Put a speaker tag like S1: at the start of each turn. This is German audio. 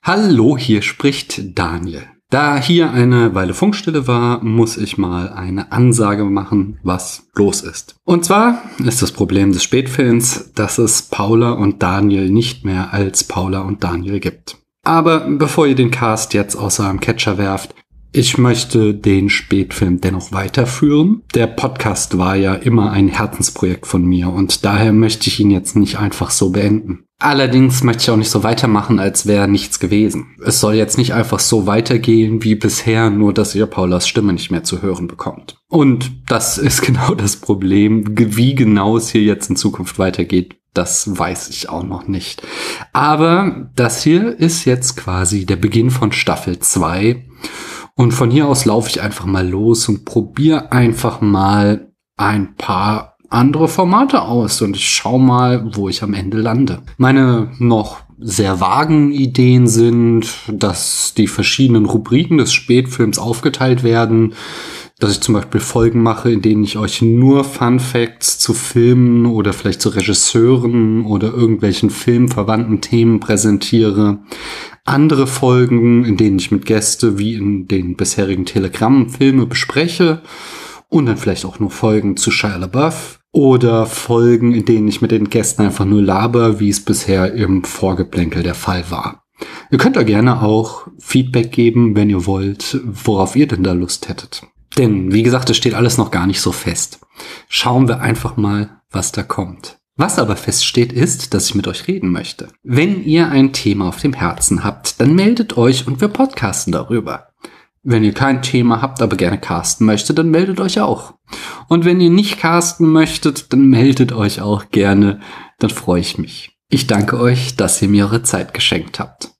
S1: Hallo, hier spricht Daniel. Da hier eine Weile Funkstille war, muss ich mal eine Ansage machen, was los ist. Und zwar ist das Problem des Spätfilms, dass es Paula und Daniel nicht mehr als Paula und Daniel gibt. Aber bevor ihr den Cast jetzt außer einem Catcher werft, ich möchte den Spätfilm dennoch weiterführen. Der Podcast war ja immer ein Herzensprojekt von mir und daher möchte ich ihn jetzt nicht einfach so beenden. Allerdings möchte ich auch nicht so weitermachen, als wäre nichts gewesen. Es soll jetzt nicht einfach so weitergehen wie bisher, nur dass ihr Paulas Stimme nicht mehr zu hören bekommt. Und das ist genau das Problem. Wie genau es hier jetzt in Zukunft weitergeht, das weiß ich auch noch nicht. Aber das hier ist jetzt quasi der Beginn von Staffel 2. Und von hier aus laufe ich einfach mal los und probiere einfach mal ein paar andere Formate aus und ich schaue mal, wo ich am Ende lande. Meine noch sehr vagen Ideen sind, dass die verschiedenen Rubriken des Spätfilms aufgeteilt werden, dass ich zum Beispiel Folgen mache, in denen ich euch nur Fun Facts zu Filmen oder vielleicht zu Regisseuren oder irgendwelchen filmverwandten Themen präsentiere. Andere Folgen, in denen ich mit Gästen wie in den bisherigen Telegrammen Filme bespreche und dann vielleicht auch nur Folgen zu Shia LaBeouf oder Folgen, in denen ich mit den Gästen einfach nur laber, wie es bisher im Vorgeplänkel der Fall war. Ihr könnt da gerne auch Feedback geben, wenn ihr wollt, worauf ihr denn da Lust hättet. Denn, wie gesagt, es steht alles noch gar nicht so fest. Schauen wir einfach mal, was da kommt. Was aber feststeht, ist, dass ich mit euch reden möchte. Wenn ihr ein Thema auf dem Herzen habt, dann meldet euch und wir podcasten darüber. Wenn ihr kein Thema habt, aber gerne casten möchtet, dann meldet euch auch. Und wenn ihr nicht casten möchtet, dann meldet euch auch gerne, dann freue ich mich. Ich danke euch, dass ihr mir eure Zeit geschenkt habt.